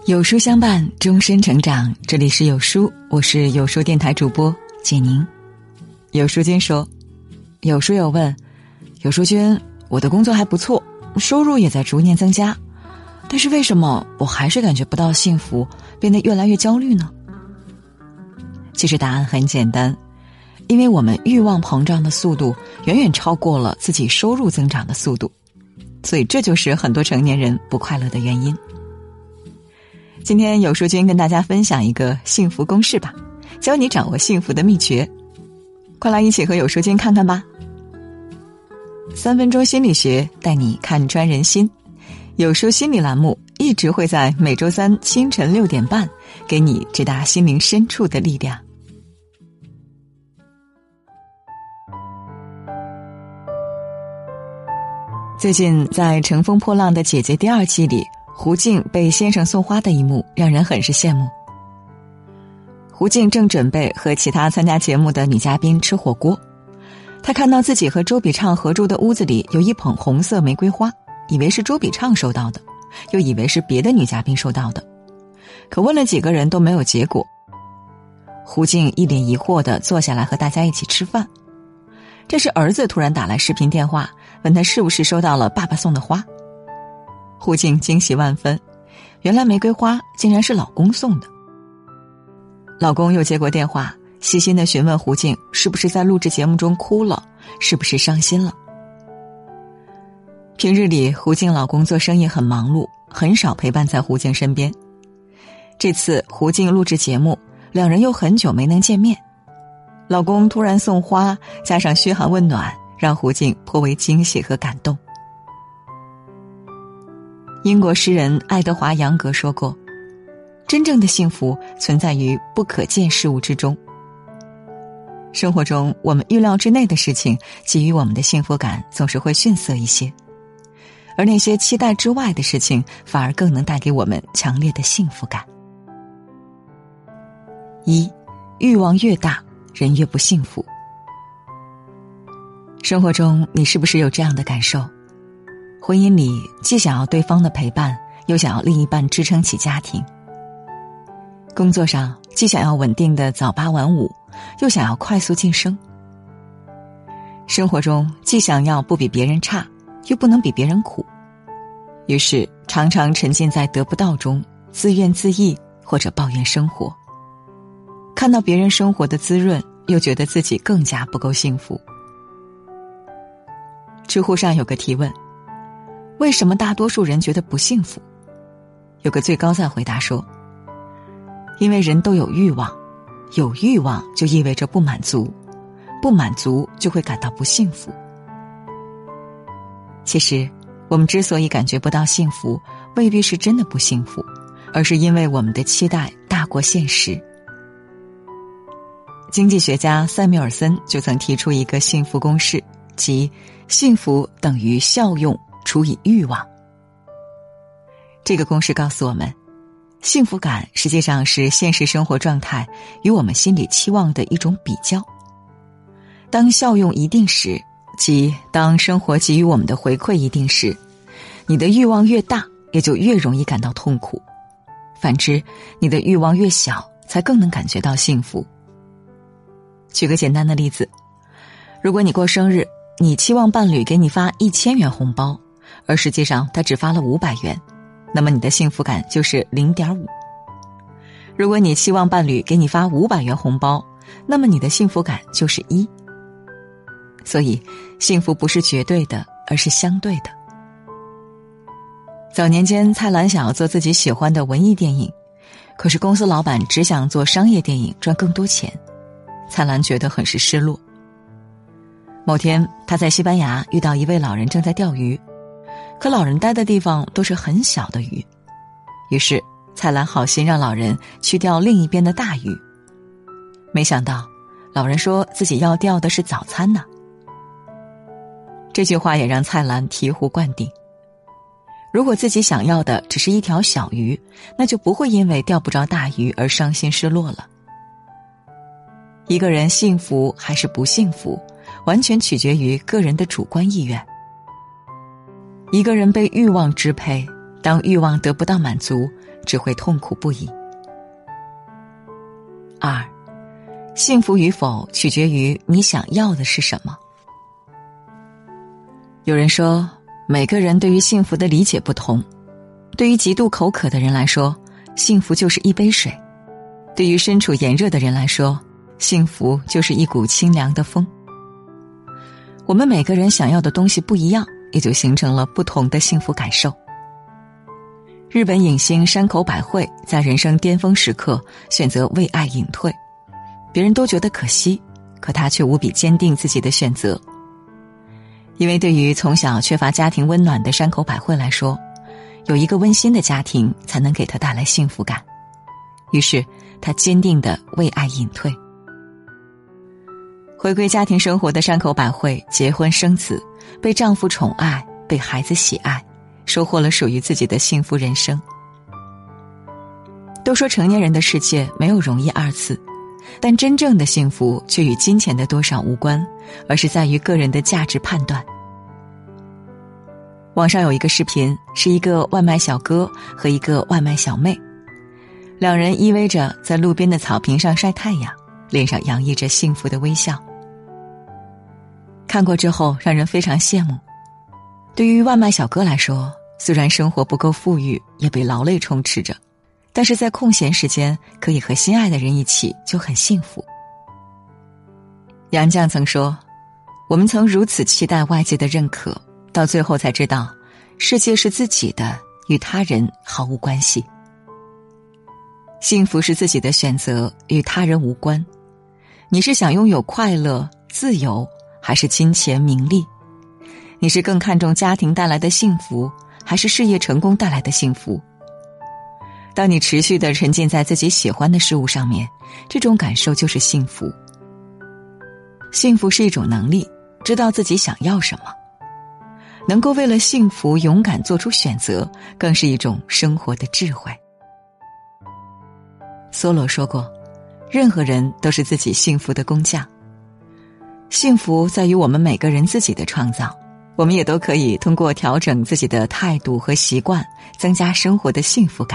有书相伴，终身成长。这里是有书，我是有书电台主播简宁。有书君说，有书友问，有书君，我的工作还不错，收入也在逐年增加，但是为什么我还是感觉不到幸福，变得越来越焦虑呢？其实答案很简单，因为我们欲望膨胀的速度远远超过了自己收入增长的速度，所以这就是很多成年人不快乐的原因。今天有书君跟大家分享一个幸福公式吧，教你掌握幸福的秘诀。快来一起和有书君看看吧。3分钟心理学带你看穿人心，有书心理栏目一直会在每周三清晨6点半给你直达心灵深处的力量。最近在《乘风破浪的姐姐》第2季里，胡静被先生送花的一幕让人很是羡慕。胡静正准备和其他参加节目的女嘉宾吃火锅，她看到自己和周笔畅合住的屋子里有一捧红色玫瑰花，以为是周笔畅收到的，又以为是别的女嘉宾收到的，可问了几个人都没有结果。胡静一脸疑惑地坐下来和大家一起吃饭，这时儿子突然打来视频电话，问他是不是收到了爸爸送的花。胡静惊喜万分，原来玫瑰花竟然是老公送的。老公又接过电话，细心地询问胡静是不是在录制节目中哭了，是不是伤心了。平日里胡静老公做生意很忙碌，很少陪伴在胡静身边。这次胡静录制节目，两人又很久没能见面，老公突然送花加上嘘寒问暖，让胡静颇为惊喜和感动。英国诗人爱德华·杨格说过，真正的幸福存在于不可见事物之中。生活中我们预料之内的事情给予我们的幸福感总是会逊色一些，而那些期待之外的事情反而更能带给我们强烈的幸福感。欲望越大，人越不幸福。生活中你是不是有这样的感受？婚姻里既想要对方的陪伴，又想要另一半支撑起家庭。工作上既想要稳定的早8晚5，又想要快速晋升。生活中既想要不比别人差，又不能比别人苦，于是常常沉浸在得不到中，自怨自艾或者抱怨生活。看到别人生活的滋润，又觉得自己更加不够幸福。知乎上有个提问，为什么大多数人觉得不幸福？有个最高赞回答说，因为人都有欲望，有欲望就意味着不满足，不满足就会感到不幸福。其实我们之所以感觉不到幸福，未必是真的不幸福，而是因为我们的期待大过现实。经济学家塞缪尔森就曾提出一个幸福公式，即幸福等于效用除以欲望。这个公式告诉我们，幸福感实际上是现实生活状态与我们心理期望的一种比较。当效用一定时，即当生活给予我们的回馈一定时，你的欲望越大，也就越容易感到痛苦。反之，你的欲望越小，才更能感觉到幸福。举个简单的例子，如果你过生日，你期望伴侣给你发1000元红包，而实际上他只发了500元，那么你的幸福感就是 0.5。 如果你期望伴侣给你发500元红包，那么你的幸福感就是1。所以幸福不是绝对的，而是相对的。早年间蔡澜想要做自己喜欢的文艺电影，可是公司老板只想做商业电影赚更多钱，蔡澜觉得很是失落。某天他在西班牙遇到一位老人正在钓鱼，可老人待的地方都是很小的鱼，于是蔡澜好心让老人去钓另一边的大鱼。没想到老人说自己要钓的是早餐呢。这句话也让蔡澜醍醐灌顶，如果自己想要的只是一条小鱼，那就不会因为钓不着大鱼而伤心失落了。一个人幸福还是不幸福，完全取决于个人的主观意愿。一个人被欲望支配， 当欲望得不到满足，只会痛苦不已。2，幸福与否取决于你想要的是什么。有人说，每个人对于幸福的理解不同。对于极度口渴的人来说，幸福就是一杯水；对于身处炎热的人来说，幸福就是一股清凉的风。我们每个人想要的东西不一样，也就形成了不同的幸福感受。日本影星山口百惠在人生巅峰时刻选择为爱隐退，别人都觉得可惜，可她却无比坚定自己的选择。因为对于从小缺乏家庭温暖的山口百惠来说，有一个温馨的家庭才能给她带来幸福感。于是她坚定地为爱隐退。回归家庭生活的山口百惠结婚生子，被丈夫宠爱，被孩子喜爱，收获了属于自己的幸福人生。都说成年人的世界没有容易二字，但真正的幸福却与金钱的多少无关，而是在于个人的价值判断。网上有一个视频，是一个外卖小哥和一个外卖小妹，两人依偎着在路边的草坪上晒太阳，脸上洋溢着幸福的微笑。看过之后让人非常羡慕。对于外卖小哥来说，虽然生活不够富裕，也被劳累充斥着，但是在空闲时间可以和心爱的人一起就很幸福。杨绛曾说，我们曾如此期待外界的认可，到最后才知道世界是自己的，与他人毫无关系。幸福是自己的选择，与他人无关。你是想拥有快乐、自由，还是金钱、名利？你是更看重家庭带来的幸福，还是事业成功带来的幸福？当你持续地沉浸在自己喜欢的事物上面，这种感受就是幸福。幸福是一种能力，知道自己想要什么。能够为了幸福勇敢做出选择，更是一种生活的智慧。梭罗说过，任何人都是自己幸福的工匠。幸福在于我们每个人自己的创造，我们也都可以通过调整自己的态度和习惯，增加生活的幸福感。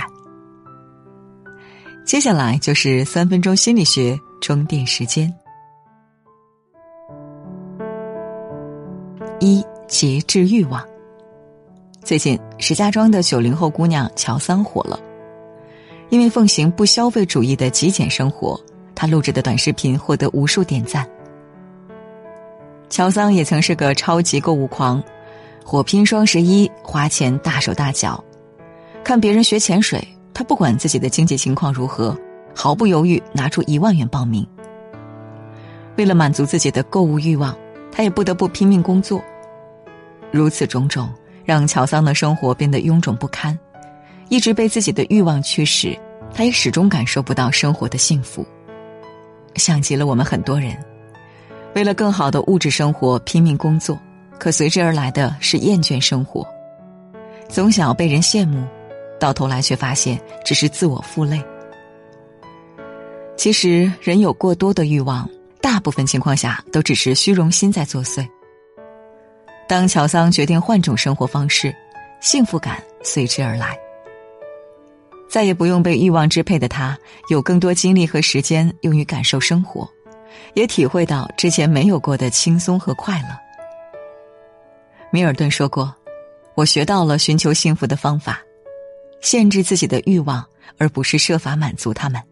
接下来就是3分钟心理学充电时间。1、节制欲望。最近石家庄的90后姑娘乔桑火了，因为奉行不消费主义的极简生活，她录制的短视频获得无数点赞。乔桑也曾是个超级购物狂，火拼双11，花钱大手大脚。看别人学潜水，他不管自己的经济情况如何，毫不犹豫拿出1万元报名。为了满足自己的购物欲望，他也不得不拼命工作。如此种种，让乔桑的生活变得臃肿不堪，一直被自己的欲望驱使，他也始终感受不到生活的幸福。像极了我们很多人，为了更好的物质生活拼命工作，可随之而来的是厌倦生活。总想要被人羡慕，到头来却发现只是自我负累。其实人有过多的欲望，大部分情况下都只是虚荣心在作祟。当乔桑决定换种生活方式，幸福感随之而来。再也不用被欲望支配的他，有更多精力和时间用于感受生活，也体会到之前没有过的轻松和快乐。米尔顿说过，我学到了寻求幸福的方法，限制自己的欲望，而不是设法满足他们。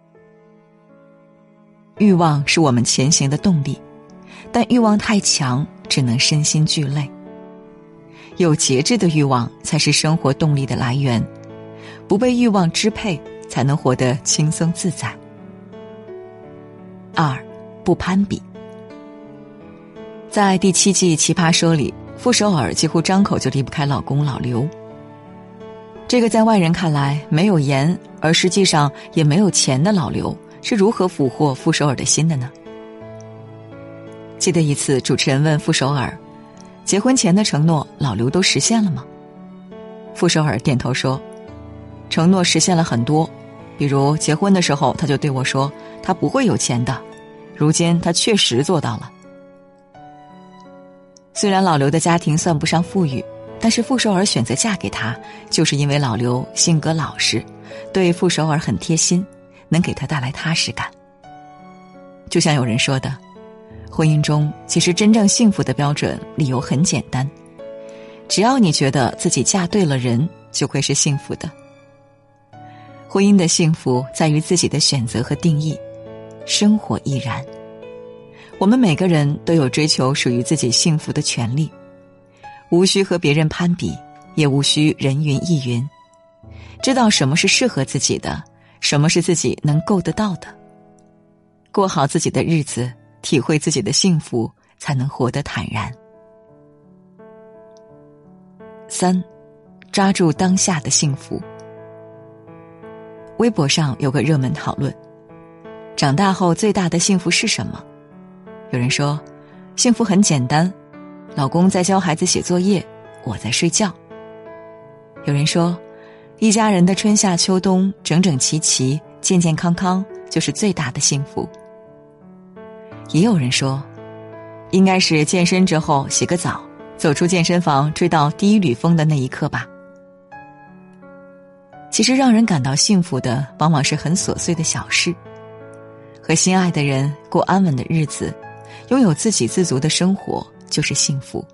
欲望是我们前行的动力，但欲望太强，只能身心俱累。有节制的欲望才是生活动力的来源，不被欲望支配，才能活得轻松自在。2、不攀比。在第7季《奇葩说》里，傅首尔几乎张口就离不开老公老刘。这个在外人看来没有颜，而实际上也没有钱的老刘，是如何俘获傅首尔的心的呢？记得一次主持人问傅首尔，结婚前的承诺老刘都实现了吗？傅首尔点头说，承诺实现了很多，比如结婚的时候他就对我说他不会有钱的，如今他确实做到了。虽然老刘的家庭算不上富裕， 但是傅首尔选择嫁给他，就是因为老刘性格老实，对傅首尔很贴心，能给他带来踏实感。就像有人说的，婚姻中其实真正幸福的标准理由很简单，只要你觉得自己嫁对了人，就会是幸福的。婚姻的幸福在于自己的选择和定义，生活亦然。我们每个人都有追求属于自己幸福的权利，无需和别人攀比，也无需人云亦云，知道什么是适合自己的，什么是自己能够得到的，过好自己的日子，体会自己的幸福，才能活得坦然。3. 抓住当下的幸福。微博上有个热门讨论，长大后最大的幸福是什么？有人说，幸福很简单，老公在教孩子写作业，我在睡觉。有人说，一家人的春夏秋冬整整齐齐，健健康康就是最大的幸福。也有人说，应该是健身之后洗个澡，走出健身房追到第一缕风的那一刻吧。其实让人感到幸福的往往是很琐碎的小事，和心爱的人过安稳的日子，拥有自给自足的生活就是幸福。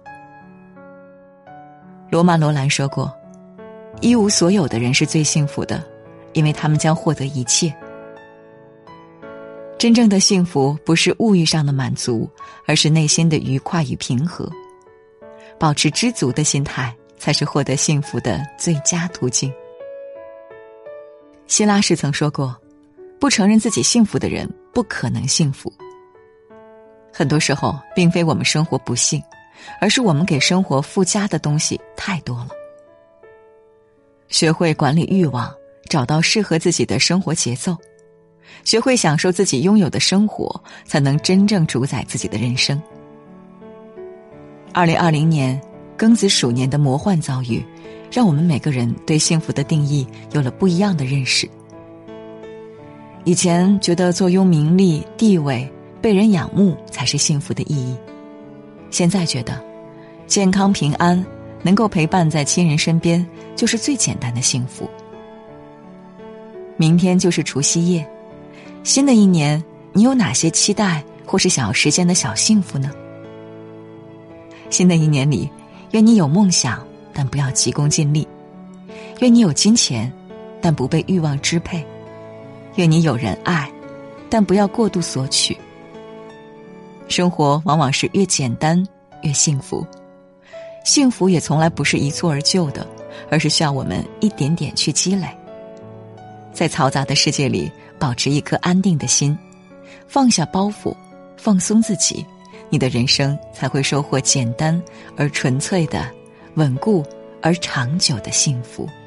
罗曼·罗兰说过，一无所有的人是最幸福的，因为他们将获得一切。真正的幸福不是物欲上的满足，而是内心的愉快与平和。保持知足的心态，才是获得幸福的最佳途径。希拉士曾说过，不承认自己幸福的人不可能幸福。很多时候并非我们生活不幸，而是我们给生活附加的东西太多了。学会管理欲望，找到适合自己的生活节奏，学会享受自己拥有的生活，才能真正主宰自己的人生。2020年庚子鼠年的魔幻遭遇，让我们每个人对幸福的定义有了不一样的认识。以前觉得坐拥名利地位，被人仰慕才是幸福的意义，现在觉得健康平安，能够陪伴在亲人身边，就是最简单的幸福。明天就是除夕夜，新的一年你有哪些期待或是想要实现的小幸福呢？新的一年里，愿你有梦想，但不要急功近利；愿你有金钱，但不被欲望支配；愿你有人爱，但不要过度索取。生活往往是越简单越幸福，幸福也从来不是一蹴而就的，而是需要我们一点点去积累。在嘈杂的世界里，保持一颗安定的心，放下包袱，放松自己，你的人生才会收获简单而纯粹的、稳固而长久的幸福。